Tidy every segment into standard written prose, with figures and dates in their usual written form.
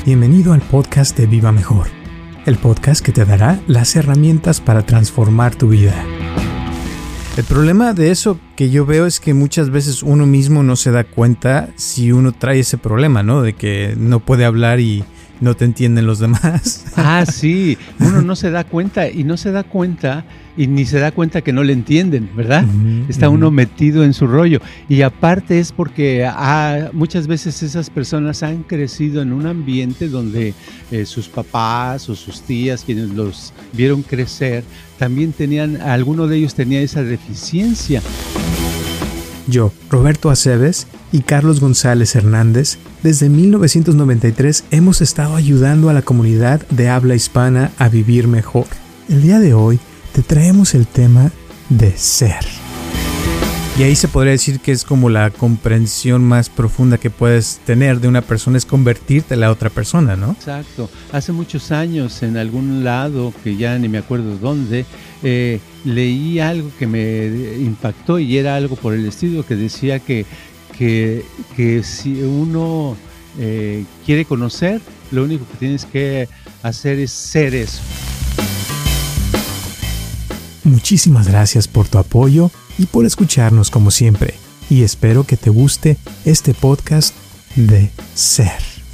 Bienvenido al podcast de Viva Mejor, el podcast que te dará las herramientas para transformar tu vida. El problema de eso que yo veo es que muchas veces uno mismo no se da cuenta si uno trae ese problema, ¿no? De que no puede hablar y no te entienden los demás. Sí, uno no se da cuenta y ni se da cuenta que no le entienden, ¿verdad? Está uno metido en su rollo. Y aparte es porque muchas veces esas personas han crecido en un ambiente donde sus papás o sus tías, quienes los vieron crecer, también alguno de ellos tenía esa deficiencia. Yo, Roberto Aceves y Carlos González Hernández, desde 1993 hemos estado ayudando a la comunidad de habla hispana a vivir mejor. El día de hoy te traemos el tema de ser. Y ahí se podría decir que es como la comprensión más profunda que puedes tener de una persona, es convertirte en la otra persona, ¿no? Exacto. Hace muchos años en algún lado, que ya ni me acuerdo dónde, leí algo que me impactó y era algo por el estilo que decía que si uno quiere conocer, lo único que tienes que hacer es ser eso. Muchísimas gracias por tu apoyo y por escucharnos como siempre. Y espero que te guste este podcast de ser.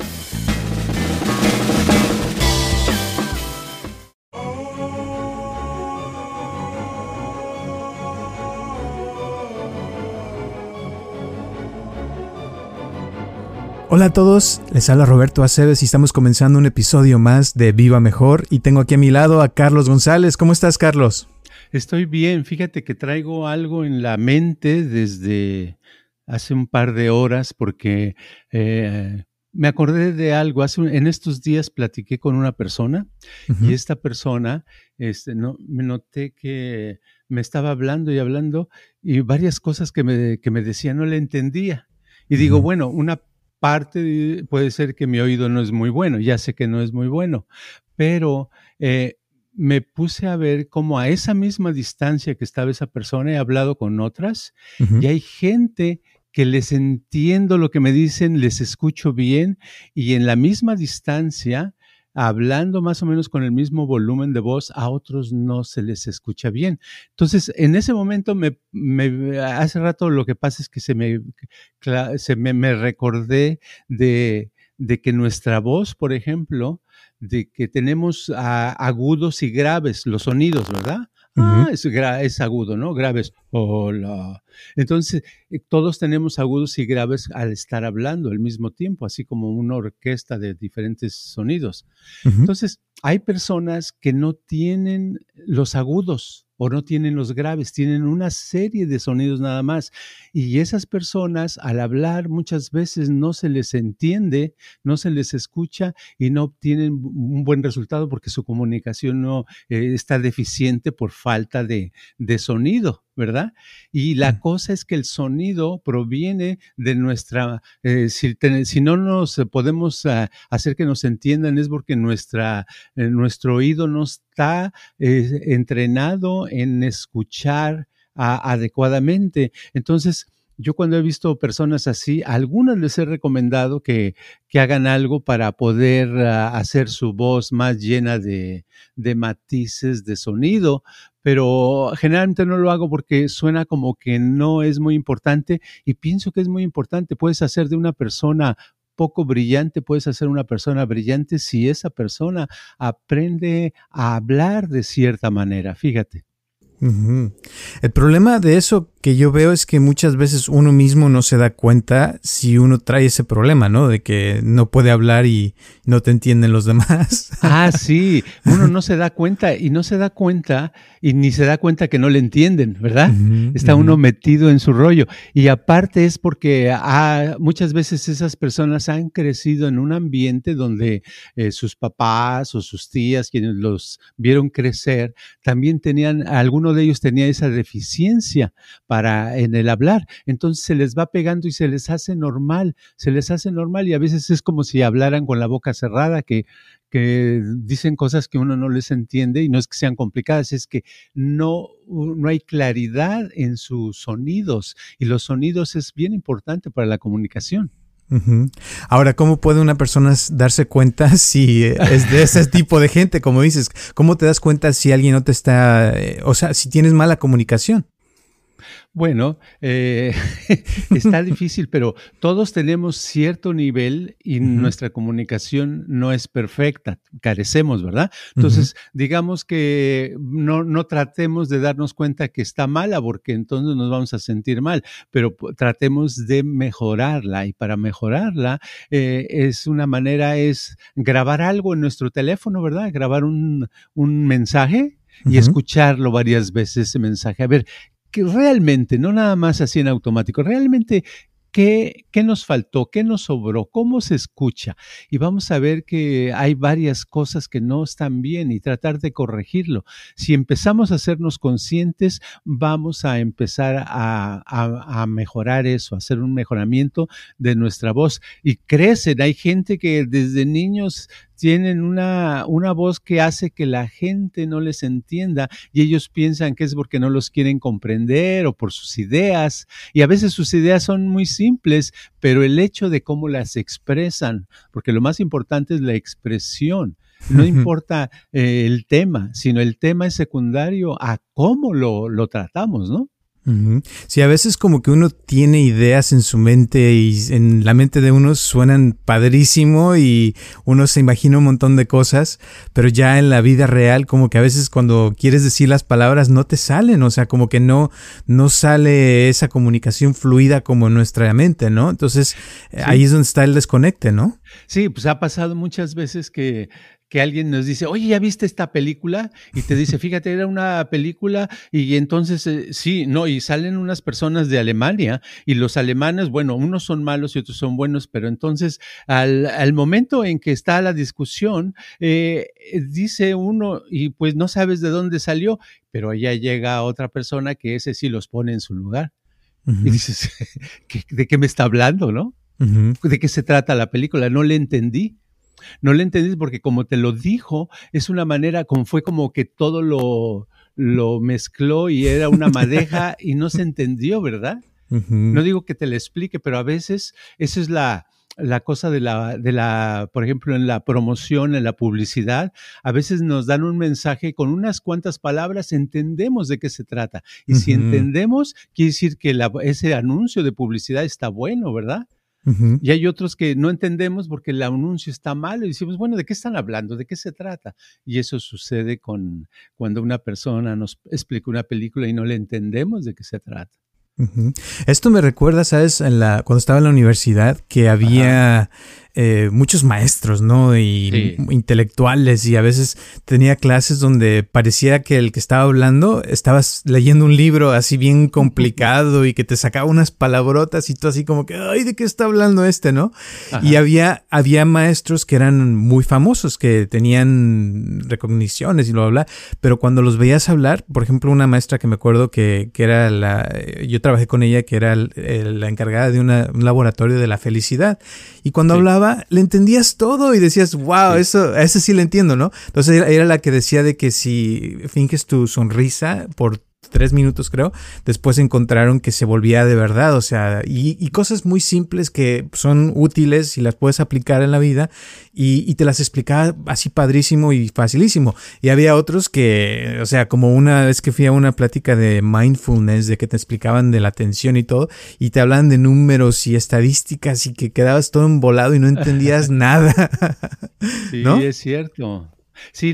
Hola a todos, les habla Roberto Aceves y estamos comenzando un episodio más de Viva Mejor y tengo aquí a mi lado a Carlos González. ¿Cómo estás, Carlos? Estoy bien, fíjate que traigo algo en la mente desde hace un par de horas porque me acordé de algo. En estos días platiqué con una persona y esta persona me noté que me estaba hablando y varias cosas que me decía no le entendía. Y digo, bueno, una parte puede ser que mi oído no es muy bueno, ya sé que no es muy bueno, pero me puse a ver cómo a esa misma distancia que estaba esa persona he hablado con otras y hay gente que les entiendo lo que me dicen, les escucho bien y en la misma distancia, hablando más o menos con el mismo volumen de voz, a otros no se les escucha bien. Entonces, en ese momento, hace rato lo que pasa es que me recordé de que nuestra voz, por ejemplo, de que tenemos agudos y graves, los sonidos, ¿verdad? Es agudo, ¿no? Graves, hola. Entonces, todos tenemos agudos y graves al estar hablando al mismo tiempo, así como una orquesta de diferentes sonidos. Entonces, hay personas que no tienen los agudos o no tienen los graves, tienen una serie de sonidos nada más. Y esas personas, al hablar, muchas veces no se les entiende, no se les escucha y no obtienen un buen resultado porque su comunicación no está deficiente por falta de sonido, ¿verdad? Y la cosa es que el sonido proviene de nuestra, si no nos podemos hacer que nos entiendan es porque nuestro oído no está entrenado en escuchar adecuadamente. Entonces, yo cuando he visto personas así, a algunas les he recomendado que hagan algo para poder hacer su voz más llena de matices de sonido, pero generalmente no lo hago porque suena como que no es muy importante y pienso que es muy importante. Puedes hacer de una persona poco brillante, puedes hacer una persona brillante si esa persona aprende a hablar de cierta manera, fíjate. El problema de eso que yo veo es que muchas veces uno mismo no se da cuenta si uno trae ese problema, ¿no? De que no puede hablar y no te entienden los demás. Sí, uno no se da cuenta y ni se da cuenta que no le entienden, ¿verdad? Está uno metido en su rollo. Y aparte es porque muchas veces esas personas han crecido en un ambiente donde sus papás o sus tías, quienes los vieron crecer, también alguno de ellos tenía esa deficiencia en el hablar. Entonces se les va pegando y se les hace normal y a veces es como si hablaran con la boca cerrada, que dicen cosas que uno no les entiende y no es que sean complicadas, es que no hay claridad en sus sonidos y los sonidos es bien importante para la comunicación. Ujú. Ahora, ¿cómo puede una persona darse cuenta si es de ese tipo de gente, como dices? ¿Cómo te das cuenta si alguien no te está, o sea, si tienes mala comunicación? Bueno, está difícil, pero todos tenemos cierto nivel y Ujú, nuestra comunicación no es perfecta, carecemos, ¿verdad? ujú, Entonces, digamos que no tratemos de darnos cuenta que está mala, porque entonces nos vamos a sentir mal, pero tratemos de mejorarla, y para mejorarla es una manera, es grabar algo en nuestro teléfono, ¿verdad? Grabar un mensaje y ujú. escucharlo varias veces ese mensaje. A ver, que realmente, no nada más así en automático, realmente, ¿qué nos faltó? ¿Qué nos sobró? ¿Cómo se escucha? Y vamos a ver que hay varias cosas que no están bien y tratar de corregirlo. Si empezamos a hacernos conscientes, vamos a empezar a mejorar eso, a hacer un mejoramiento de nuestra voz. Y crecen, hay gente que desde niños tienen una voz que hace que la gente no les entienda y ellos piensan que es porque no los quieren comprender o por sus ideas. Y a veces sus ideas son muy simples, pero el hecho de cómo las expresan, porque lo más importante es la expresión. No importa el tema, sino el tema es secundario a cómo lo tratamos, ¿no? Ujú. Sí, a veces como que uno tiene ideas en su mente y en la mente de uno suenan padrísimo y uno se imagina un montón de cosas, pero ya en la vida real como que a veces cuando quieres decir las palabras no te salen, o sea, como que no sale esa comunicación fluida como en nuestra mente, ¿no? Entonces ahí Sí. es donde está el desconecte, ¿no? Sí, pues ha pasado muchas veces que alguien nos dice: "Oye, ¿ya viste esta película?". Y te dice: "Fíjate, era una película", y entonces, sí, no, y salen unas personas de Alemania, y los alemanes, bueno, unos son malos y otros son buenos, pero entonces al momento en que está la discusión, dice uno y pues no sabes de dónde salió, pero allá llega otra persona que ese sí los pone en su lugar. Y Ujú, dices: ¿De qué me está hablando, no? ujú, ¿De qué se trata la película? No le entendí. No le entendí porque como te lo dijo, es una manera, como fue como que todo lo mezcló y era una madeja y no se entendió, ¿verdad? ujú, No digo que te lo explique, pero a veces esa es la cosa de la, por ejemplo, en la promoción, en la publicidad, a veces nos dan un mensaje con unas cuantas palabras, entendemos de qué se trata. Y si ujú, entendemos, quiere decir que ese anuncio de publicidad está bueno, ¿verdad? ujú. Y hay otros que no entendemos porque el anuncio está malo y decimos, bueno, ¿de qué están hablando? ¿De qué se trata? Y eso sucede cuando una persona nos explica una película y no le entendemos de qué se trata. Ujú. Esto me recuerda, ¿sabes? Cuando estaba en la universidad, que Ajá, había muchos maestros, ¿no? Y sí. intelectuales, y a veces tenía clases donde parecía que el que estaba hablando estabas leyendo un libro así bien complicado y que te sacaba unas palabrotas y tú así como que, ay, ¿de qué está hablando este, no? Y Ajá, había maestros que eran muy famosos, que tenían recogniciones y bla, bla, bla, pero cuando los veías hablar, por ejemplo, una maestra que me acuerdo que era yo trabajé con ella, que era la encargada de un laboratorio de la felicidad, y cuando sí, hablaba, le entendías todo y decías, wow, sí. eso sí le entiendo, ¿no? Entonces era la que decía de que si finges tu sonrisa por 3 minutos, creo, después encontraron que se volvía de verdad, o sea, y cosas muy simples que son útiles y las puedes aplicar en la vida, y te las explicaba así padrísimo y facilísimo. Y había otros que, o sea, como una vez que fui a una plática de mindfulness, de que te explicaban de la atención y todo, y te hablaban de números y estadísticas y que quedabas todo embolado y no entendías nada, Sí, ¿no? es cierto. Sí,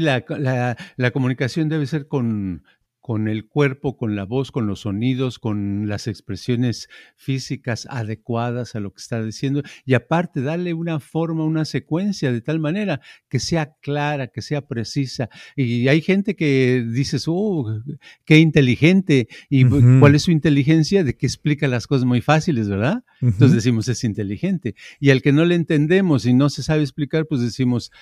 la comunicación debe ser con el cuerpo, con la voz, con los sonidos, con las expresiones físicas adecuadas a lo que está diciendo y aparte darle una forma, una secuencia de tal manera que sea clara, que sea precisa. Y hay gente que dices, qué inteligente. ¿Y Ujú, cuál es su inteligencia? De que explica las cosas muy fáciles, ¿verdad? Entonces ujú. decimos, es inteligente. Y al que no le entendemos y no se sabe explicar, pues decimos,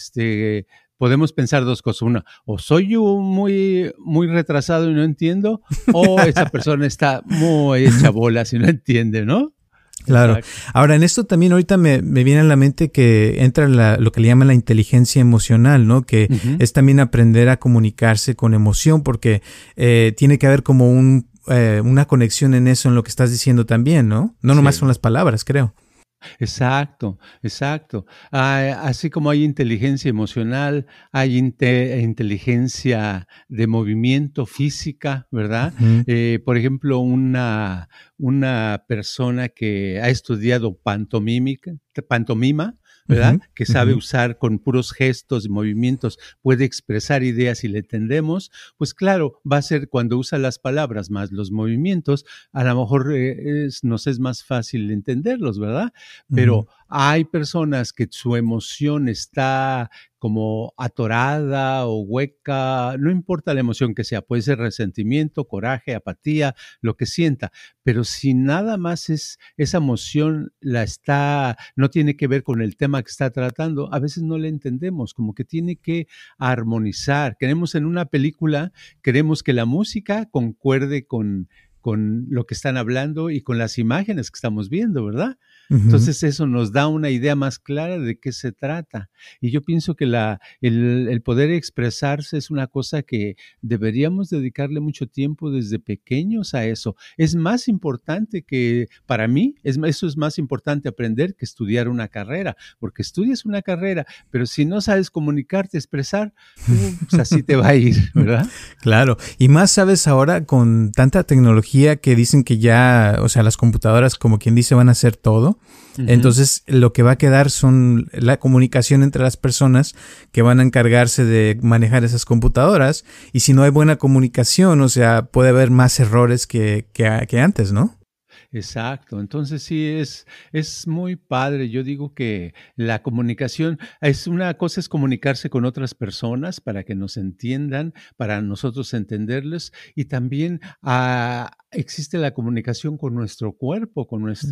podemos pensar dos cosas. Una, o soy yo muy, muy retrasado y no entiendo, o esa persona está muy hecha bolas y no entiende, ¿no? Claro. Exacto. Ahora, en esto también ahorita me viene a la mente que entra lo que le llaman la inteligencia emocional, ¿no? Que Ujú. es también aprender a comunicarse con emoción, porque tiene que haber como una conexión en eso, en lo que estás diciendo también, ¿no? No nomás Sí. son las palabras, creo. Exacto, exacto. Así como hay inteligencia emocional, hay inteligencia de movimiento física, ¿verdad? Ujú, Por ejemplo, una persona que ha estudiado pantomima, ¿verdad? ujú, Que sabe ujú. usar con puros gestos y movimientos, puede expresar ideas y le entendemos, pues claro, va a ser cuando usa las palabras más los movimientos, a lo mejor nos es más fácil entenderlos, ¿verdad? Ujú. Pero hay personas que su emoción está como atorada o hueca, no importa la emoción que sea, puede ser resentimiento, coraje, apatía, lo que sienta, pero si nada más es esa emoción no tiene que ver con el tema que está tratando, a veces no le entendemos, como que tiene que armonizar. Queremos en una película, queremos que la música concuerde con lo que están hablando y con las imágenes que estamos viendo, ¿verdad? Ujú. Entonces eso nos da una idea más clara de qué se trata. Y yo pienso que el poder expresarse es una cosa que deberíamos dedicarle mucho tiempo desde pequeños a eso. Es más importante que, para mí, eso es más importante aprender que estudiar una carrera, porque estudias una carrera, pero si no sabes comunicarte, expresar, pues así te va a ir, ¿verdad? Claro, y más sabes ahora con tanta tecnología que dicen que ya, o sea, las computadoras como quien dice van a hacer todo. Ujú. Entonces lo que va a quedar son la comunicación entre las personas que van a encargarse de manejar esas computadoras y si no hay buena comunicación, o sea, puede haber más errores que antes, ¿no? Exacto, entonces sí es muy padre. Yo digo que la comunicación es una cosa es comunicarse con otras personas para que nos entiendan, para nosotros entenderles y también existe la comunicación con nuestro cuerpo,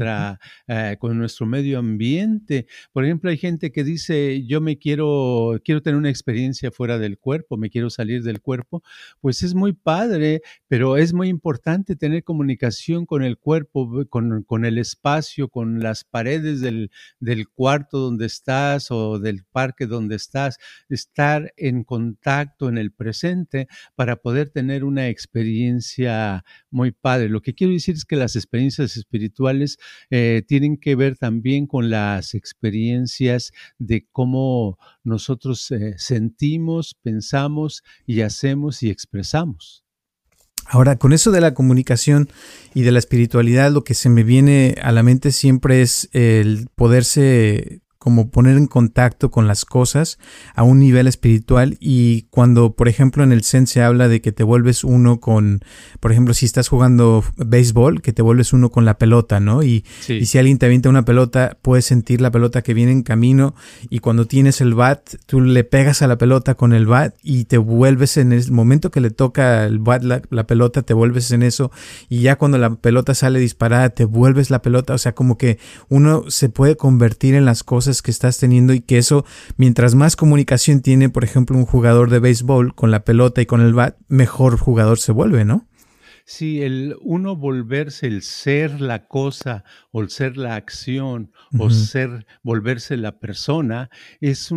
con nuestro medio ambiente. Por ejemplo, hay gente que dice, yo quiero tener una experiencia fuera del cuerpo, me quiero salir del cuerpo. Pues es muy padre, pero es muy importante tener comunicación con el cuerpo, con el espacio, con las paredes del cuarto donde estás o del parque donde estás, estar en contacto en el presente para poder tener una experiencia muy padre. Lo que quiero decir es que las experiencias espirituales tienen que ver también con las experiencias de cómo nosotros sentimos, pensamos y hacemos y expresamos. Ahora, con eso de la comunicación y de la espiritualidad, lo que se me viene a la mente siempre es el poderse como poner en contacto con las cosas a un nivel espiritual y cuando, por ejemplo, en el Zen se habla de que te vuelves uno con, por ejemplo, si estás jugando béisbol, que te vuelves uno con la pelota, ¿no? Y Sí. si alguien te avienta una pelota, puedes sentir la pelota que viene en camino y cuando tienes el bat, tú le pegas a la pelota con el bat y te vuelves en el momento que le toca el bat la pelota, te vuelves en eso y ya cuando la pelota sale disparada, te vuelves la pelota, o sea, como que uno se puede convertir en las cosas que estás teniendo y que eso, mientras más comunicación tiene, por ejemplo, un jugador de béisbol con la pelota y con el bat, mejor jugador se vuelve, ¿no? Sí, el uno volverse el ser la cosa o el ser la acción o Ujú, volverse la persona es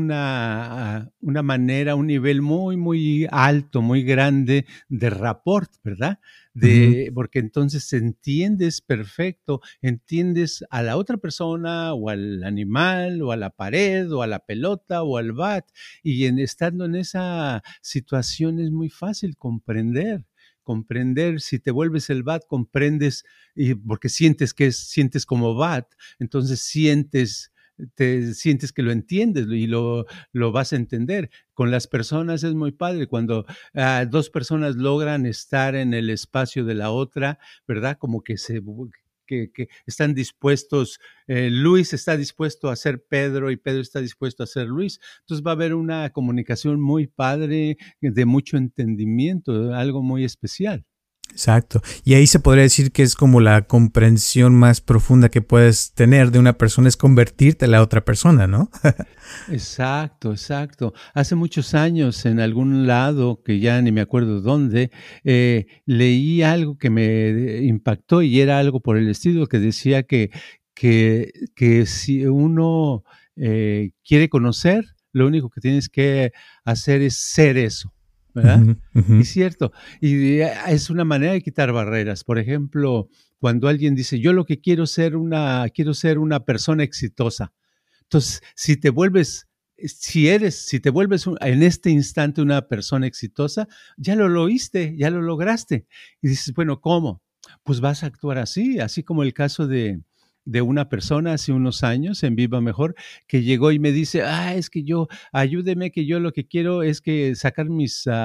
una manera, un nivel muy, muy alto, muy grande de rapport, ¿verdad? ujú. Porque entonces entiendes perfecto, entiendes a la otra persona o al animal o a la pared o a la pelota o al bat y estando en esa situación es muy fácil comprender, si te vuelves el bat, comprendes, y porque sientes como bat, entonces sientes que lo entiendes y lo vas a entender. Con las personas es muy padre cuando dos personas logran estar en el espacio de la otra, ¿verdad? Como que están dispuestos, Luis está dispuesto a ser Pedro y Pedro está dispuesto a ser Luis. Entonces va a haber una comunicación muy padre, de mucho entendimiento, algo muy especial. Exacto. Y ahí se podría decir que es como la comprensión más profunda que puedes tener de una persona es convertirte en la otra persona, ¿no? Exacto, exacto. Hace muchos años en algún lado, que ya ni me acuerdo dónde, leí algo que me impactó y era algo por el estilo que decía que si uno quiere conocer, lo único que tienes que hacer es ser eso, ¿verdad? Ujú, ujú, Y cierto, y es una manera de quitar barreras. Por ejemplo, cuando alguien dice, yo lo que quiero ser quiero ser una persona exitosa. Entonces, si te vuelves en este instante una persona exitosa, ya lo oíste, ya lo lograste. Y dices, bueno, ¿cómo? Pues vas a actuar así como el caso de una persona hace unos años en Viva Mejor, que llegó y me dice, es que ayúdeme, que yo lo que quiero es que sacar mi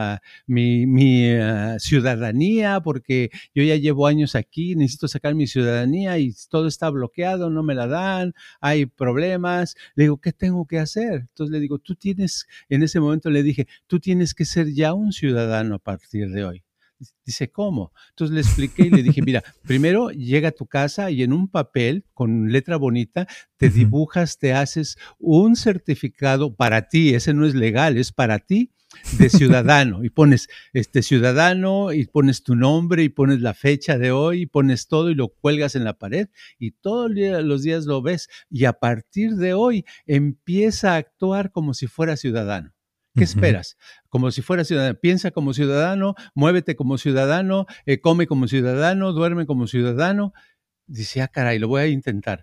ciudadanía, porque yo ya llevo años aquí, necesito sacar mi ciudadanía y todo está bloqueado, no me la dan, hay problemas. Le digo, ¿qué tengo que hacer? Entonces le digo, en ese momento le dije, tú tienes que ser ya un ciudadano a partir de hoy. Dice, ¿cómo? Entonces le expliqué y le dije, mira, primero llega a tu casa y en un papel con letra bonita te dibujas, te haces un certificado para ti, ese no es legal, es para ti, de ciudadano, y pones ciudadano y pones tu nombre y pones la fecha de hoy y pones todo y lo cuelgas en la pared y todos los días lo ves y a partir de hoy empieza a actuar como si fuera ciudadano. ¿Qué esperas? Como si fuera ciudadano. Piensa como ciudadano, muévete como ciudadano, come como ciudadano, duerme como ciudadano. Dice, caray, lo voy a intentar.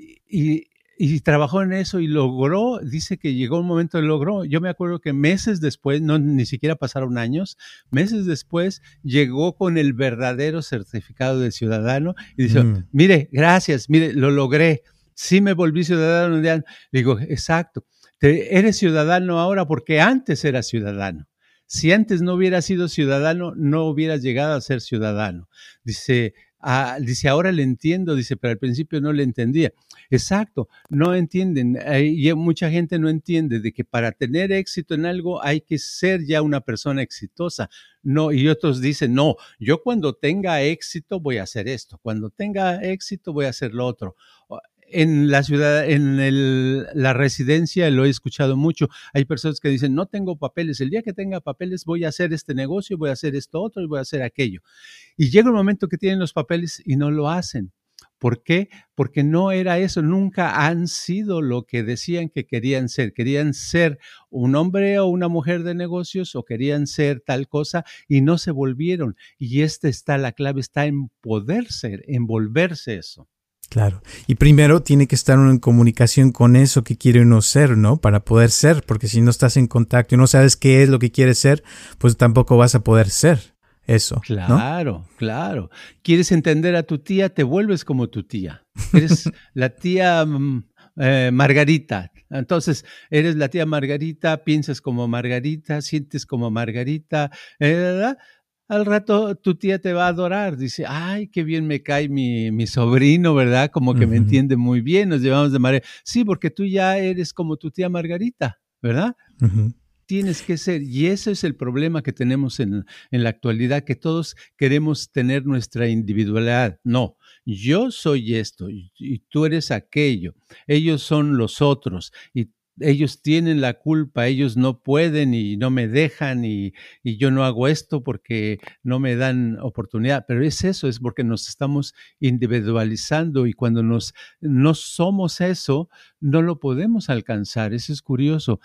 Y trabajó en eso y logró, dice que llegó un momento y logró. Yo me acuerdo que meses después, ni siquiera pasaron años, meses después llegó con el verdadero certificado de ciudadano y dice, mire, gracias, mire, lo logré. Sí me volví ciudadano. Le digo, exacto. Eres ciudadano ahora porque antes eras ciudadano. Si antes no hubieras sido ciudadano, no hubieras llegado a ser ciudadano. Dice, ahora le entiendo, dice, pero al principio no le entendía. Exacto, no entienden. Y mucha gente no entiende de que para tener éxito en algo hay que ser ya una persona exitosa. No, y otros dicen, no, yo cuando tenga éxito voy a hacer esto, cuando tenga éxito voy a hacer lo otro. En la ciudad, la residencia, lo he escuchado mucho. Hay personas que dicen, no tengo papeles. El día que tenga papeles voy a hacer este negocio, voy a hacer esto otro y voy a hacer aquello. Y llega un momento que tienen los papeles y no lo hacen. ¿Por qué? Porque no era eso. Nunca han sido lo que decían que querían ser. Querían ser un hombre o una mujer de negocios o querían ser tal cosa y no se volvieron. Y la clave está en poder ser, en volverse eso. Claro. Y primero tiene que estar uno en comunicación con eso que quiere uno ser, ¿no? Para poder ser, porque si no estás en contacto y no sabes qué es lo que quieres ser, pues tampoco vas a poder ser eso, Claro, ¿no? claro. ¿Quieres entender a tu tía? Te vuelves como tu tía. Eres la tía Margarita. Entonces, eres la tía Margarita, piensas como Margarita, sientes como Margarita, ¿verdad? Al rato tu tía te va a adorar, dice, ay, qué bien me cae mi sobrino, ¿verdad? Como que me entiende muy bien, nos llevamos de manera. Sí, porque tú ya eres como tu tía Margarita, ¿verdad? Tienes que ser, y ese es el problema que tenemos en la actualidad, que todos queremos tener nuestra individualidad. No, yo soy esto y tú eres aquello, ellos son los otros y ellos tienen la culpa, ellos no pueden y no me dejan y yo no hago esto porque no me dan oportunidad. Pero es eso, es porque nos estamos individualizando y cuando no somos eso, no lo podemos alcanzar. Eso es curioso.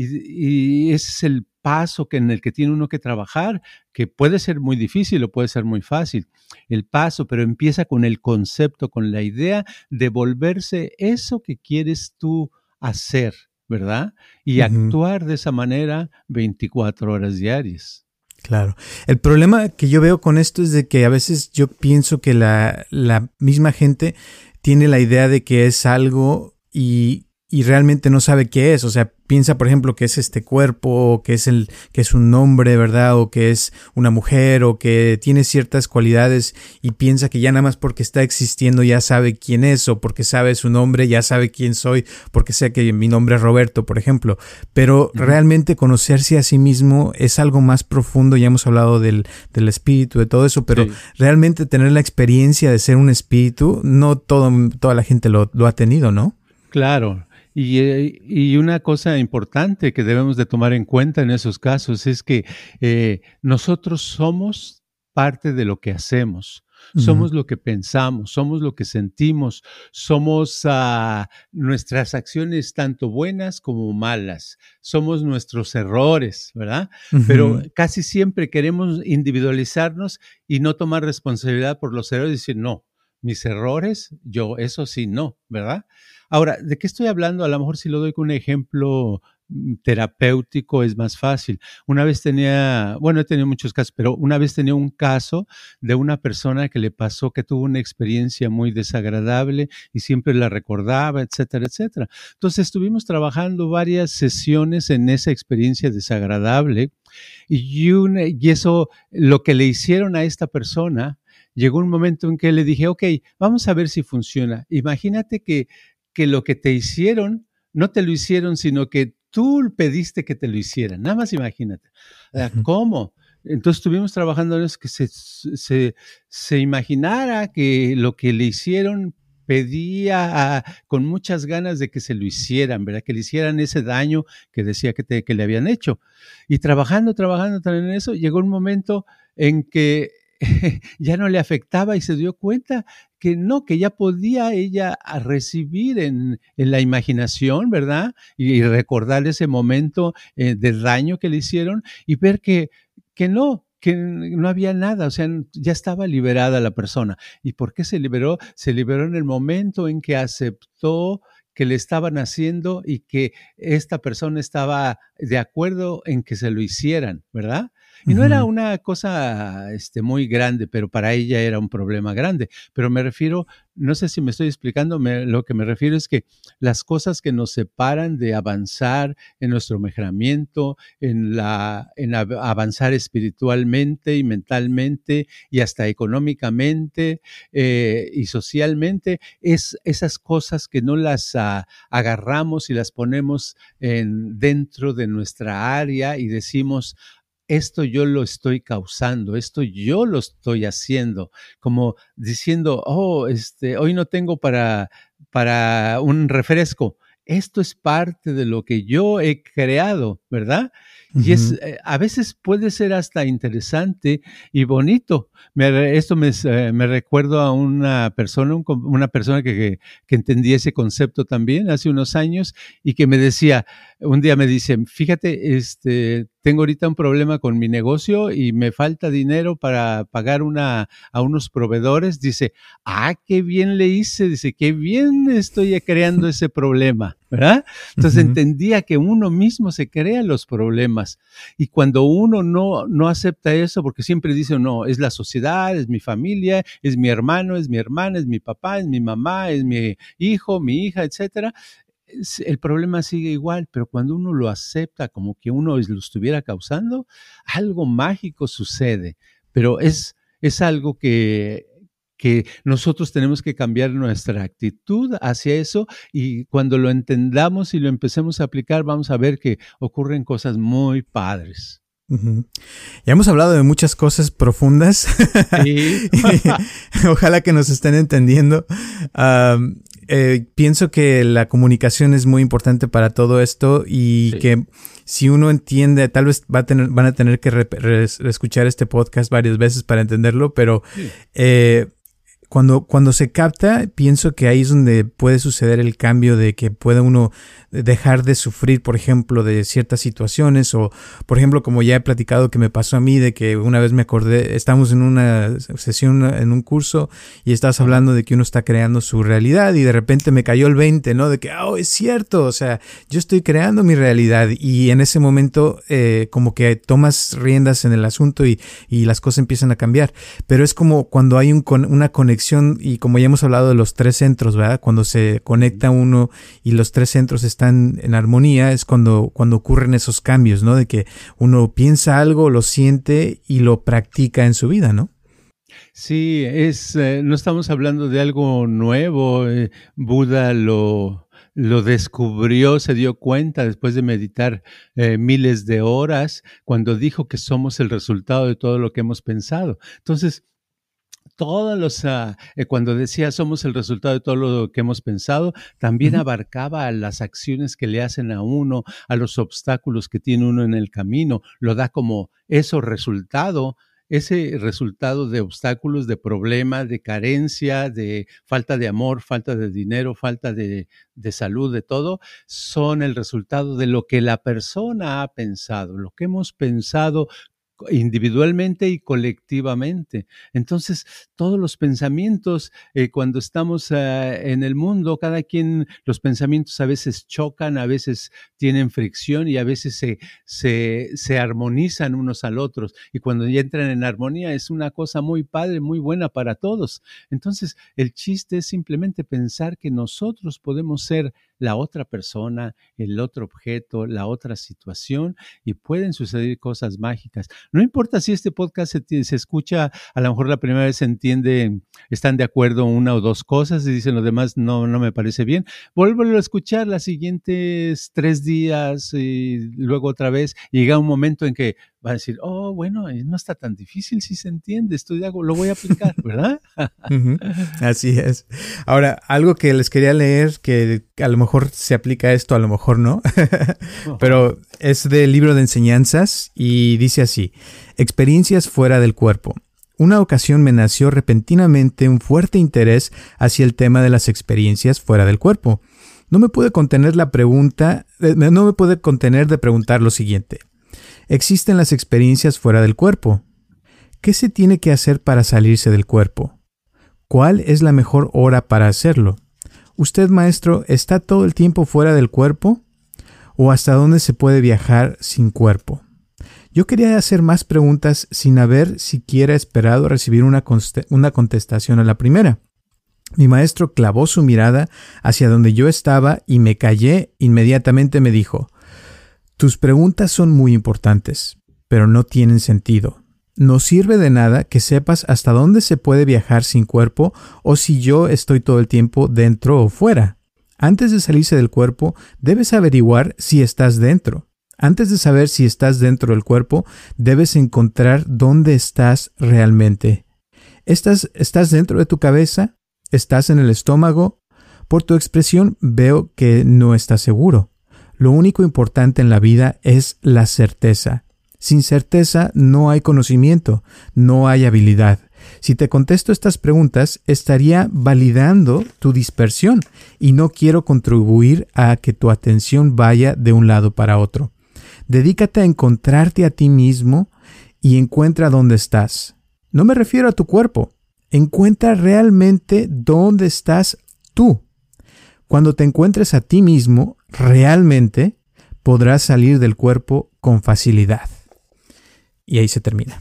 Y ese es el paso en el que tiene uno que trabajar, que puede ser muy difícil o puede ser muy fácil. El paso, pero empieza con el concepto, con la idea de volverse eso que quieres tú hacer, ¿verdad? Y actuar de esa manera 24 horas diarias. Claro. El problema que yo veo con esto es de que a veces yo pienso que la misma gente tiene la idea de que es algo y realmente no sabe qué es. O sea, piensa, por ejemplo, que es este cuerpo, o que es un hombre, ¿verdad? O que es una mujer, o que tiene ciertas cualidades y piensa que ya nada más porque está existiendo ya sabe quién es, o porque sabe su nombre ya sabe quién soy, porque sé que mi nombre es Roberto, por ejemplo. Pero realmente conocerse a sí mismo es algo más profundo. Ya hemos hablado del espíritu, de todo eso, pero realmente tener la experiencia de ser un espíritu, no toda la gente lo ha tenido, ¿no? Claro. Y una cosa importante que debemos de tomar en cuenta en esos casos es que nosotros somos parte de lo que hacemos. Somos lo que pensamos, somos lo que sentimos, somos nuestras acciones tanto buenas como malas, somos nuestros errores, ¿verdad? Pero casi siempre queremos individualizarnos y no tomar responsabilidad por los errores y decir, no, mis errores, yo eso sí no, ¿verdad? Ahora, ¿de qué estoy hablando? A lo mejor si lo doy con un ejemplo terapéutico es más fácil. Una vez tenía, bueno, he tenido muchos casos, pero una vez tenía un caso de una persona que le pasó que tuvo una experiencia muy desagradable y siempre la recordaba, etcétera, etcétera. Entonces estuvimos trabajando varias sesiones en esa experiencia desagradable y eso, lo que le hicieron a esta persona, llegó un momento en que le dije, ok, vamos a ver si funciona. Imagínate que lo que te hicieron, no te lo hicieron, sino que tú pediste que te lo hicieran. Nada más imagínate. Ujú. ¿Cómo? Entonces estuvimos trabajando en eso, que se imaginara que lo que le hicieron pedía con muchas ganas de que se lo hicieran, ¿verdad? Que le hicieran ese daño que decía que le habían hecho. Y trabajando también en eso, llegó un momento en que ya no le afectaba y se dio cuenta que no, que ya podía ella recibir en la imaginación, ¿verdad? Y recordar ese momento de daño que le hicieron y ver que no había nada, o sea, ya estaba liberada la persona. ¿Y por qué se liberó? Se liberó en el momento en que aceptó que le estaban haciendo y que esta persona estaba de acuerdo en que se lo hicieran, ¿verdad? Y no era Ujú. una cosa muy grande, pero para ella era un problema grande. Pero me refiero, no sé si me estoy explicando, lo que me refiero es que las cosas que nos separan de avanzar en nuestro mejoramiento, en avanzar espiritualmente y mentalmente y hasta económicamente y socialmente, es esas cosas que no las agarramos y las ponemos dentro de nuestra área y decimos, esto yo lo estoy causando, esto yo lo estoy haciendo, como diciendo, oh, hoy no tengo para un refresco. Esto es parte de lo que yo he creado, ¿verdad? Y Ujú. a veces puede ser hasta interesante y bonito. Esto me recuerdo a una persona que entendía ese concepto también hace unos años y que me decía, un día me dice, fíjate, tengo ahorita un problema con mi negocio y me falta dinero para pagar a unos proveedores. Dice, qué bien le hice, dice, qué bien estoy creando ese problema, ¿verdad? Entonces Ujú. entendía que uno mismo se crea los problemas y cuando uno no acepta eso, porque siempre dice, no, es la sociedad, es mi familia, es mi hermano, es mi hermana, es mi papá, es mi mamá, es mi hijo, mi hija, etcétera, el problema sigue igual, pero cuando uno lo acepta como que uno lo estuviera causando, algo mágico sucede, pero es algo que nosotros tenemos que cambiar nuestra actitud hacia eso y cuando lo entendamos y lo empecemos a aplicar, vamos a ver que ocurren cosas muy padres. Ujú. Ya hemos hablado de muchas cosas profundas. Sí, Ojalá que nos estén entendiendo. Pienso que la comunicación es muy importante para todo esto y sí, que si uno entiende, tal vez van a tener que escuchar este podcast varias veces para entenderlo, pero sí. eh, cuando se capta, pienso que ahí es donde puede suceder el cambio de que pueda uno dejar de sufrir, por ejemplo, de ciertas situaciones o, por ejemplo, como ya he platicado que me pasó a mí, de que una vez me acordé, estamos en una sesión, en un curso y estabas Ajá. hablando de que uno está creando su realidad y de repente me cayó el 20, ¿no? De que, es cierto, o sea, yo estoy creando mi realidad y en ese momento como que tomas riendas en el asunto y las cosas empiezan a cambiar, pero es como cuando hay una conexión y como ya hemos hablado de los tres centros, ¿verdad? Cuando se conecta uno y los tres centros están en armonía es cuando ocurren esos cambios, ¿no? De que uno piensa algo, lo siente y lo practica en su vida, ¿no? Sí, no estamos hablando de algo nuevo. Buda lo descubrió, se dio cuenta después de meditar miles de horas, cuando dijo que somos el resultado de todo lo que hemos pensado. Entonces, cuando decía somos el resultado de todo lo que hemos pensado, también Ujú. abarcaba a las acciones que le hacen a uno, a los obstáculos que tiene uno en el camino, lo da como ese resultado de obstáculos, de problemas, de carencia, de falta de amor, falta de dinero, falta de salud, de todo, son el resultado de lo que la persona ha pensado, lo que hemos pensado individualmente y colectivamente. Entonces, todos los pensamientos, cuando estamos en el mundo, cada quien, los pensamientos a veces chocan, a veces tienen fricción y a veces se armonizan unos al otros. Y cuando ya entran en armonía es una cosa muy padre, muy buena para todos. Entonces, el chiste es simplemente pensar que nosotros podemos ser la otra persona, el otro objeto, la otra situación, y pueden suceder cosas mágicas. No importa si este podcast se escucha, a lo mejor la primera vez se entiende, están de acuerdo una o dos cosas y dicen los demás, no me parece bien. Vuélvelo a escuchar los siguientes 3 días y luego otra vez. Y llega un momento en que va a decir, oh, bueno, no está tan difícil si se entiende, lo voy a aplicar, ¿verdad? Así es. Ahora, algo que les quería leer, que a lo mejor se aplica a esto, a lo mejor no, pero es del libro de enseñanzas y dice así: experiencias fuera del cuerpo. Una ocasión me nació repentinamente un fuerte interés hacia el tema de las experiencias fuera del cuerpo. No me pude contener de preguntar lo siguiente: ¿existen las experiencias fuera del cuerpo? ¿Qué se tiene que hacer para salirse del cuerpo? ¿Cuál es la mejor hora para hacerlo? ¿Usted, maestro, está todo el tiempo fuera del cuerpo? ¿O hasta dónde se puede viajar sin cuerpo? Yo quería hacer más preguntas sin haber siquiera esperado recibir una contestación a la primera. Mi maestro clavó su mirada hacia donde yo estaba y me callé. Inmediatamente me dijo: tus preguntas son muy importantes, pero no tienen sentido. No sirve de nada que sepas hasta dónde se puede viajar sin cuerpo o si yo estoy todo el tiempo dentro o fuera. Antes de salirse del cuerpo, debes averiguar si estás dentro. Antes de saber si estás dentro del cuerpo, debes encontrar dónde estás realmente. ¿Estás dentro de tu cabeza? ¿Estás en el estómago? Por tu expresión veo que no estás seguro. Lo único importante en la vida es la certeza. Sin certeza no hay conocimiento, no hay habilidad. Si te contesto estas preguntas, estaría validando tu dispersión y no quiero contribuir a que tu atención vaya de un lado para otro. Dedícate a encontrarte a ti mismo y encuentra dónde estás. No me refiero a tu cuerpo. Encuentra realmente dónde estás tú. Cuando te encuentres a ti mismo, realmente podrás salir del cuerpo con facilidad. Y ahí se termina.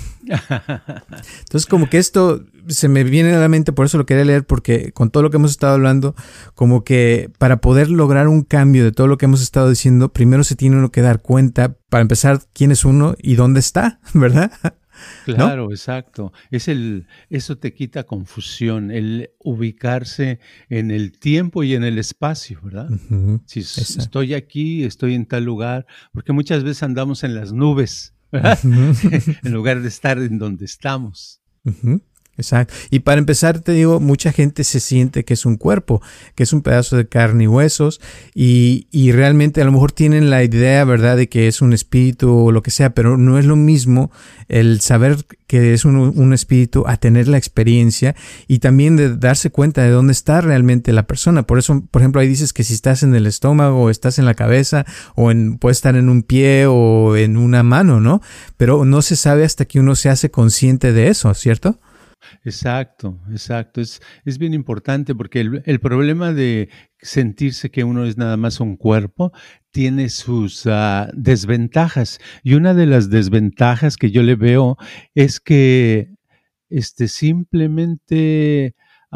Entonces, como que esto se me viene a la mente, por eso lo quería leer, porque con todo lo que hemos estado hablando, como que para poder lograr un cambio de todo lo que hemos estado diciendo, primero se tiene uno que dar cuenta, para empezar, quién es uno y dónde está, ¿verdad? Claro, ¿No? exacto. Eso te quita confusión, el ubicarse en el tiempo y en el espacio, ¿verdad? Uh-huh. Si Exacto. estoy aquí, estoy en tal lugar, porque muchas veces andamos en las nubes, ¿verdad? Uh-huh. En lugar de estar en donde estamos. Uh-huh. Exacto. Y para empezar, te digo, mucha gente se siente que es un cuerpo, que es un pedazo de carne y huesos, y realmente a lo mejor tienen la idea, ¿verdad?, de que es un espíritu o lo que sea, pero no es lo mismo el saber que es un espíritu a tener la experiencia y también de darse cuenta de dónde está realmente la persona. Por eso, por ejemplo, ahí dices que si estás en el estómago o estás en la cabeza o puede estar en un pie o en una mano, ¿no? Pero no se sabe hasta que uno se hace consciente de eso, ¿cierto? Exacto. Es bien importante porque el problema de sentirse que uno es nada más un cuerpo tiene sus desventajas. Y una de las desventajas que yo le veo es que simplemente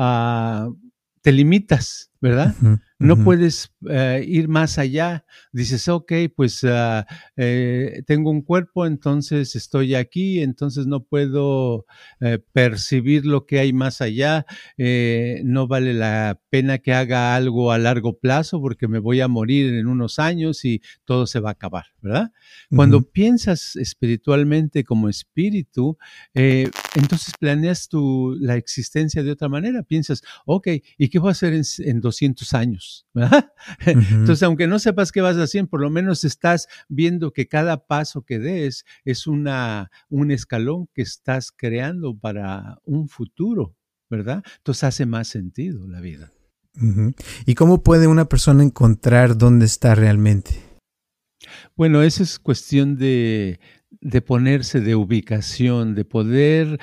te limitas, ¿verdad? Uh-huh, No uh-huh. puedes ir más allá. Dices, ok, pues tengo un cuerpo, entonces estoy aquí, entonces no puedo percibir lo que hay más allá. No vale la pena que haga algo a largo plazo porque me voy a morir en unos años y todo se va a acabar, ¿verdad? Cuando Uh-huh. piensas espiritualmente como espíritu, entonces planeas la existencia de otra manera. Piensas, ok, ¿y qué voy a hacer en 200 años? ¿Verdad? Uh-huh. Entonces, aunque no sepas qué vas a hacer, por lo menos estás viendo que cada paso que des es un escalón que estás creando para un futuro, ¿verdad? Entonces hace más sentido la vida. Uh-huh. ¿Y cómo puede una persona encontrar dónde está realmente? Bueno, eso es cuestión de ponerse de ubicación, de poder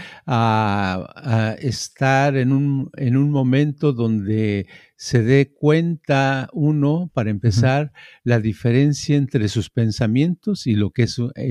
estar en un momento donde se dé cuenta uno, para Ujú. empezar, la diferencia entre sus pensamientos y lo que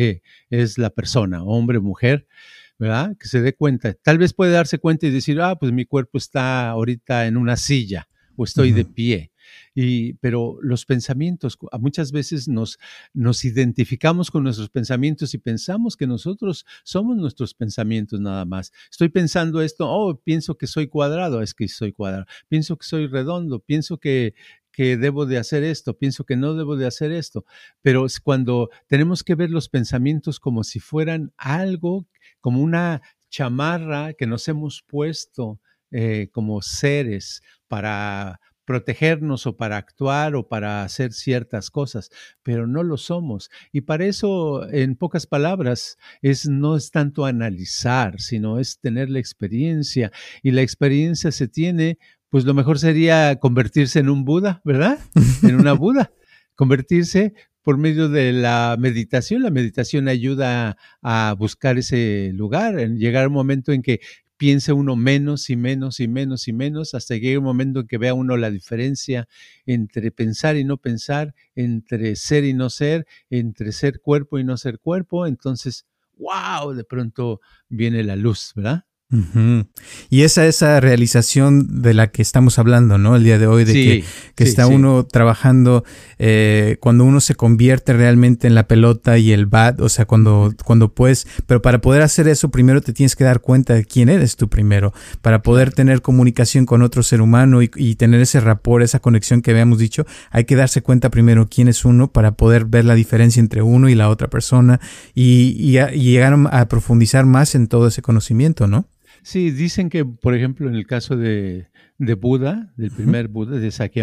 es la persona, hombre, mujer, ¿verdad? Que se dé cuenta. Tal vez puede darse cuenta y decir, pues mi cuerpo está ahorita en una silla o estoy de Ujú. pie. Pero los pensamientos, muchas veces nos identificamos con nuestros pensamientos y pensamos que nosotros somos nuestros pensamientos nada más. Estoy pensando esto, pienso que soy cuadrado, es que soy cuadrado. Pienso que soy redondo, pienso que debo de hacer esto, pienso que no debo de hacer esto. Pero es cuando tenemos que ver los pensamientos como si fueran algo, como una chamarra que nos hemos puesto como seres para protegernos o para actuar o para hacer ciertas cosas, pero no lo somos. Y para eso, en pocas palabras, no es tanto analizar, sino es tener la experiencia. Y la experiencia se tiene, pues lo mejor sería convertirse en un Buda, ¿verdad? En una Buda. Convertirse por medio de la meditación. La meditación ayuda a buscar ese lugar, en llegar a un momento en que piense uno menos y menos y menos y menos, hasta que llegue un momento en que vea uno la diferencia entre pensar y no pensar, entre ser y no ser, entre ser cuerpo y no ser cuerpo. Entonces, wow, de pronto viene la luz, ¿verdad? Ujú. Y esa realización de la que estamos hablando, ¿no? El día de hoy, de Sí, que sí, está sí. uno trabajando, cuando uno se convierte realmente en la pelota y el bat, o sea, cuando puedes, pero para poder hacer eso, primero te tienes que dar cuenta de quién eres tú primero, para poder Claro. tener comunicación con otro ser humano y tener ese rapport, esa conexión que habíamos dicho, hay que darse cuenta primero quién es uno para poder ver la diferencia entre uno y la otra persona y llegar a profundizar más en todo ese conocimiento, ¿no? Sí, dicen que, por ejemplo, en el caso de Buda, del Ujú. primer Buda,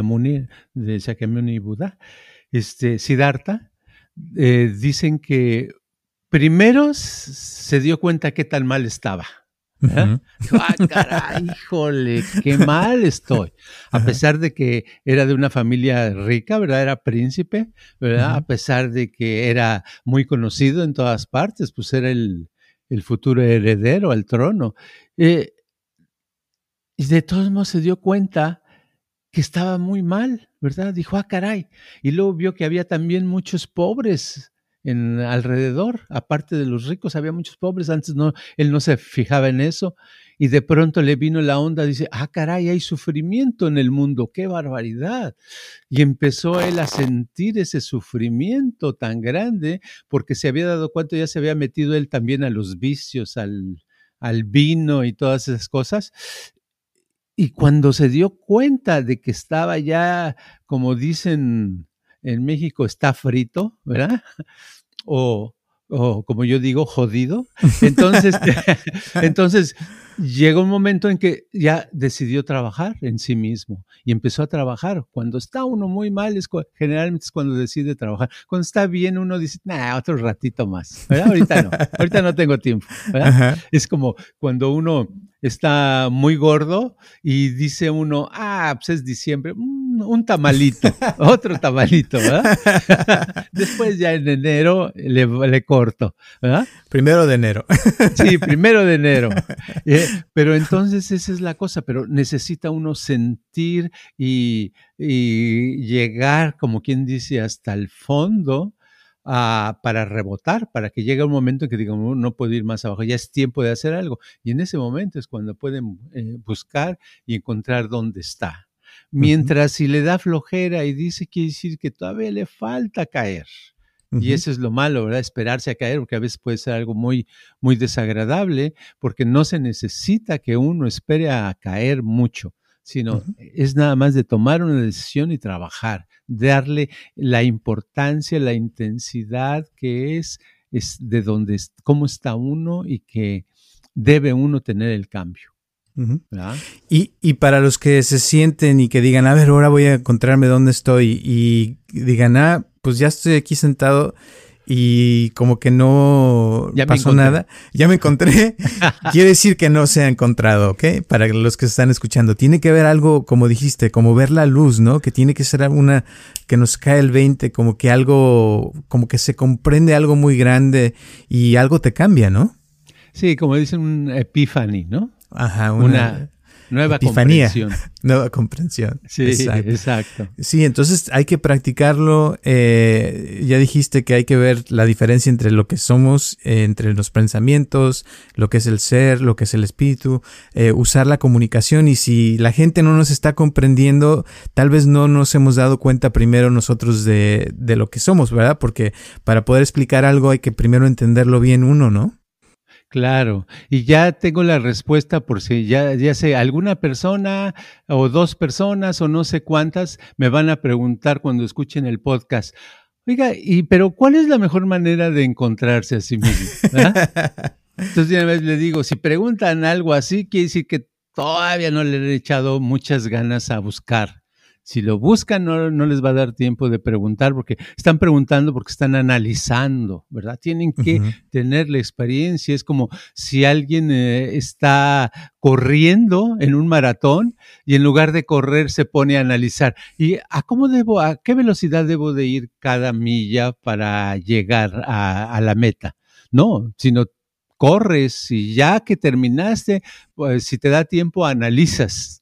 de Sakyamuni Buda, Siddhartha, dicen que primero se dio cuenta qué tan mal estaba. ¿Verdad? Ujú. Dijo, caray, híjole, qué mal estoy. A Ajá. pesar de que era de una familia rica, ¿verdad? Era príncipe, ¿verdad? A Ujú. pesar de que era muy conocido en todas partes, pues era el futuro heredero al trono. Eh, y de todos modos se dio cuenta que estaba muy mal, ¿verdad? Dijo, caray. Y luego vio que había también muchos pobres alrededor, aparte de los ricos, había muchos pobres. Antes él no se fijaba en eso. Y de pronto le vino la onda, dice, caray, hay sufrimiento en el mundo, qué barbaridad. Y empezó él a sentir ese sufrimiento tan grande, porque se había dado cuenta, ya se había metido él también a los vicios, al vino y todas esas cosas. Y cuando se dio cuenta de que estaba ya, como dicen en México, está frito, ¿verdad? O, o como yo digo, jodido. Entonces, entonces llegó un momento en que ya decidió trabajar en sí mismo y empezó a trabajar. Cuando está uno muy mal, generalmente es cuando decide trabajar. Cuando está bien, uno dice, otro ratito más, ¿verdad? Ahorita no tengo tiempo, ¿verdad? Ajá. Es como cuando uno está muy gordo y dice uno, pues es diciembre, un tamalito, otro tamalito, ¿verdad? Después ya en enero le corto, ¿verdad? 1 de enero. Sí, 1 de enero. Pero entonces esa es la cosa, pero necesita uno sentir y llegar, como quien dice, hasta el fondo para rebotar, para que llegue un momento en que diga, no puedo ir más abajo, ya es tiempo de hacer algo. Y en ese momento es cuando pueden buscar y encontrar dónde está. Ujú. Mientras si le da flojera y dice, quiere decir que todavía le falta caer. Y Ujú. eso es lo malo, ¿verdad? Esperarse a caer, porque a veces puede ser algo muy, muy desagradable, porque no se necesita que uno espere a caer mucho, sino Ujú. es nada más de tomar una decisión y trabajar, darle la importancia, la intensidad que es de dónde, cómo está uno y que debe uno tener el cambio, Ujú. ¿verdad? Y para los que se sienten y que digan, a ver, ahora voy a encontrarme dónde estoy y digan, pues ya estoy aquí sentado y como que no Ya me pasó encontré. nada. Ya me encontré. Quiere decir que no se ha encontrado, ¿ok? Para los que están escuchando. Tiene que haber algo, como dijiste, como ver la luz, ¿no? Que tiene que ser una, que nos cae el 20, como que algo, como que se comprende algo muy grande y algo te cambia, ¿no? Sí, como dicen, un epiphany, ¿no? Ajá, Una nueva epifanía, comprensión. nueva comprensión. Sí, Exacto. exacto. Sí, entonces hay que practicarlo. Ya dijiste que hay que ver la diferencia entre lo que somos, entre los pensamientos, lo que es el ser, lo que es el espíritu, usar la comunicación, y si la gente no nos está comprendiendo, tal vez no nos hemos dado cuenta primero nosotros de lo que somos, ¿verdad? Porque para poder explicar algo hay que primero entenderlo bien uno, ¿no? Claro, y ya tengo la respuesta por si ya sé, alguna persona o 2 personas o no sé cuántas me van a preguntar cuando escuchen el podcast. Oiga, pero ¿cuál es la mejor manera de encontrarse a sí mismo? ¿Verdad? Entonces, de una vez le digo, si preguntan algo así, quiere decir que todavía no le he echado muchas ganas a buscar. Si lo buscan, no les va a dar tiempo de preguntar, porque están preguntando porque están analizando, ¿verdad? Tienen que Ujú. tener la experiencia. Es como si alguien está corriendo en un maratón y en lugar de correr se pone a analizar. ¿Y a qué velocidad debo de ir cada milla para llegar a la meta? No, sino corres y ya que terminaste, pues si te da tiempo, analizas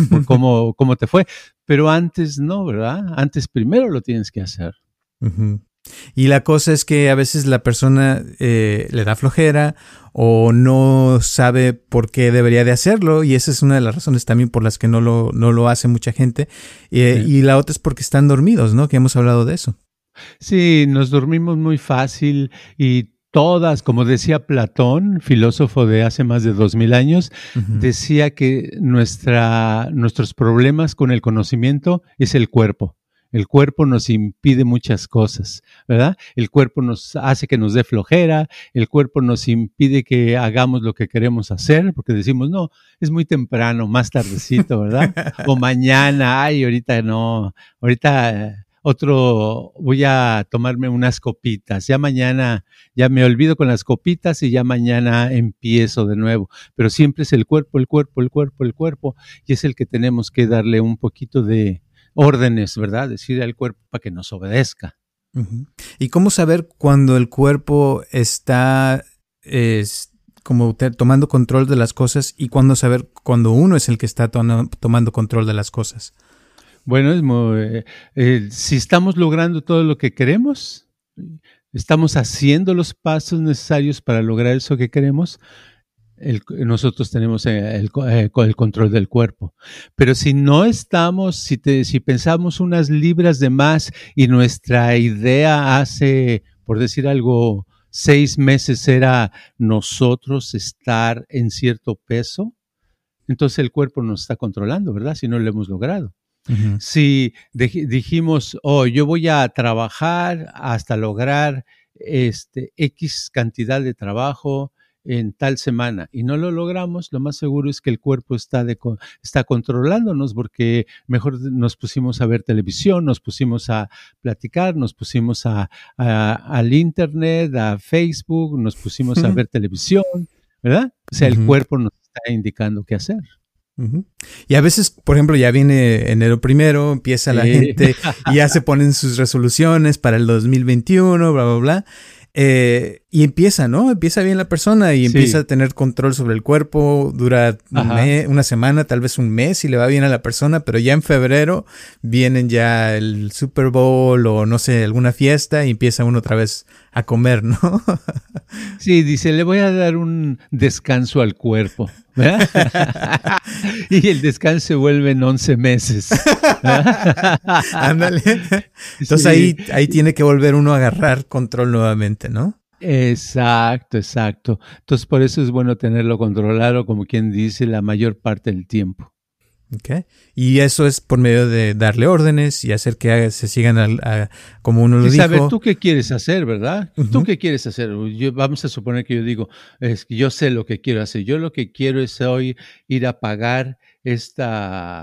cómo te fue. Pero antes no, ¿verdad? Antes primero lo tienes que hacer. Ujú. Y la cosa es que a veces la persona le da flojera o no sabe por qué debería de hacerlo, y esa es una de las razones también por las que no lo hace mucha gente. Sí. Y la otra es porque están dormidos, ¿no? Que hemos hablado de eso. Sí, nos dormimos muy fácil y todas, como decía Platón, filósofo de hace más de 2000 años, Ujú. decía que nuestros problemas con el conocimiento es el cuerpo. El cuerpo nos impide muchas cosas, ¿verdad? El cuerpo nos hace que nos dé flojera, el cuerpo nos impide que hagamos lo que queremos hacer, porque decimos, no, es muy temprano, más tardecito, ¿verdad? O mañana, ay, ahorita no, ahorita voy a tomarme unas copitas, ya mañana, ya me olvido con las copitas y ya mañana empiezo de nuevo, pero siempre es el cuerpo, el cuerpo, el cuerpo, el cuerpo, y es el que tenemos que darle un poquito de órdenes, ¿verdad? Decirle al cuerpo para que nos obedezca. Ujú. ¿Y cómo saber cuando el cuerpo está como tomando control de las cosas, y cuándo saber cuando uno es el que está tomando control de las cosas? Bueno, si estamos logrando todo lo que queremos, estamos haciendo los pasos necesarios para lograr eso que queremos, nosotros tenemos el control del cuerpo. Pero si no estamos, si pensamos unas libras de más y nuestra idea hace, por decir algo, 6 meses era nosotros estar en cierto peso, entonces el cuerpo nos está controlando, ¿verdad? Si no lo hemos logrado. Ujú. Si dijimos, oh, yo voy a trabajar hasta lograr X cantidad de trabajo en tal semana y no lo logramos, lo más seguro es que el cuerpo está controlándonos, porque mejor nos pusimos a ver televisión, nos pusimos a platicar, nos pusimos al internet, a Facebook, nos pusimos a ver televisión, ¿verdad? O sea, el Ujú. cuerpo nos está indicando qué hacer. Ujú. Y a veces, por ejemplo, ya viene enero primero, empieza la Sí. gente y ya se ponen sus resoluciones para el 2021, bla, bla, bla. Y empieza, ¿no? Empieza bien la persona y empieza a Sí. tener control sobre el cuerpo, dura Ajá. una semana, tal vez un mes, y le va bien a la persona, pero ya en febrero vienen ya el Super Bowl o no sé, alguna fiesta, y empieza uno otra vez a comer, ¿no? Sí, dice, le voy a dar un descanso al cuerpo, ¿verdad? Y el descanso se vuelve en 11 meses. Ándale. Entonces Sí, ahí tiene que volver uno a agarrar control nuevamente, ¿no? exacto, exacto. Entonces, por eso es bueno tenerlo controlado, como quien dice, la mayor parte del tiempo. Okay. Y eso es por medio de darle órdenes y hacer que se sigan como uno lo Y saber dijo. tú qué quieres hacer, ¿verdad? ¿Tú Uh-huh. qué quieres hacer? Vamos a suponer que yo digo, es que yo sé lo que quiero hacer. Yo lo que quiero es hoy ir a pagar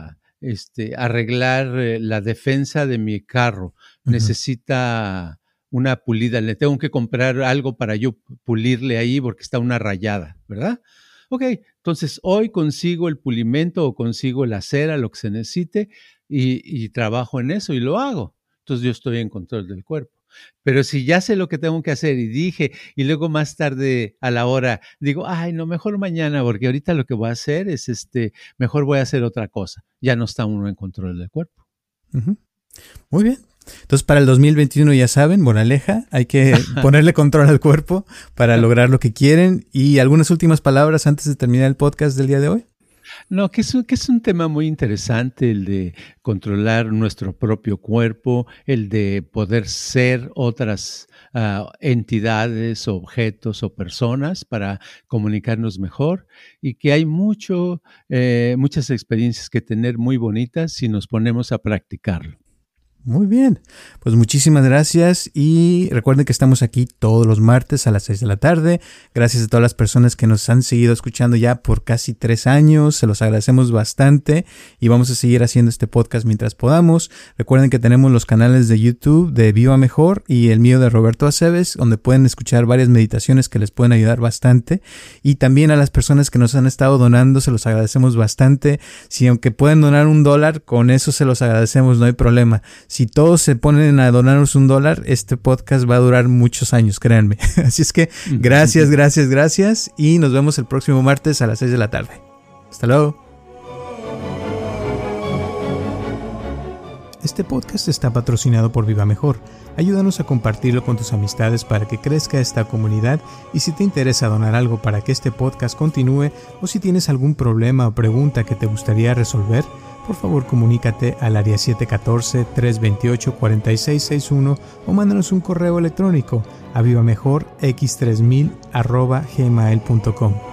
arreglar la defensa de mi carro. Uh-huh. Necesita una pulida, le tengo que comprar algo para yo pulirle ahí porque está una rayada, ¿verdad? Ok, entonces hoy consigo el pulimento o consigo la cera, lo que se necesite, y trabajo en eso y lo hago. Entonces yo estoy en control del cuerpo. Pero si ya sé lo que tengo que hacer y dije, y luego más tarde a la hora digo, ay, no, mejor mañana, porque ahorita lo que voy a hacer es mejor voy a hacer otra cosa. Ya no está uno en control del cuerpo. Uh-huh. Muy bien. Entonces, para el 2021 ya saben, moraleja, hay que ponerle control al cuerpo para lograr lo que quieren. ¿Y algunas últimas palabras antes de terminar el podcast del día de hoy? No, que es un tema muy interesante el de controlar nuestro propio cuerpo, el de poder ser otras entidades, objetos o personas para comunicarnos mejor, y que hay muchas experiencias que tener muy bonitas si nos ponemos a practicarlo. Muy bien, pues muchísimas gracias y recuerden que estamos aquí todos los martes a las 6 de la tarde. Gracias a todas las personas que nos han seguido escuchando ya por casi 3 años, se los agradecemos bastante y vamos a seguir haciendo este podcast mientras podamos. Recuerden que tenemos los canales de YouTube de Viva Mejor y el mío de Roberto Aceves, donde pueden escuchar varias meditaciones que les pueden ayudar bastante, y también a las personas que nos han estado donando, se los agradecemos bastante. Si aunque pueden donar $1, con eso se los agradecemos, no hay problema. Si todos se ponen a donarnos $1, este podcast va a durar muchos años, créanme. Así es que gracias y nos vemos el próximo martes a las 6 de la tarde. Hasta luego. Este podcast está patrocinado por Viva Mejor. Ayúdanos a compartirlo con tus amistades para que crezca esta comunidad, y si te interesa donar algo para que este podcast continúe, o si tienes algún problema o pregunta que te gustaría resolver, por favor comunícate al área 714-328-4661 o mándanos un correo electrónico a vivamejorx3000@gmail.com.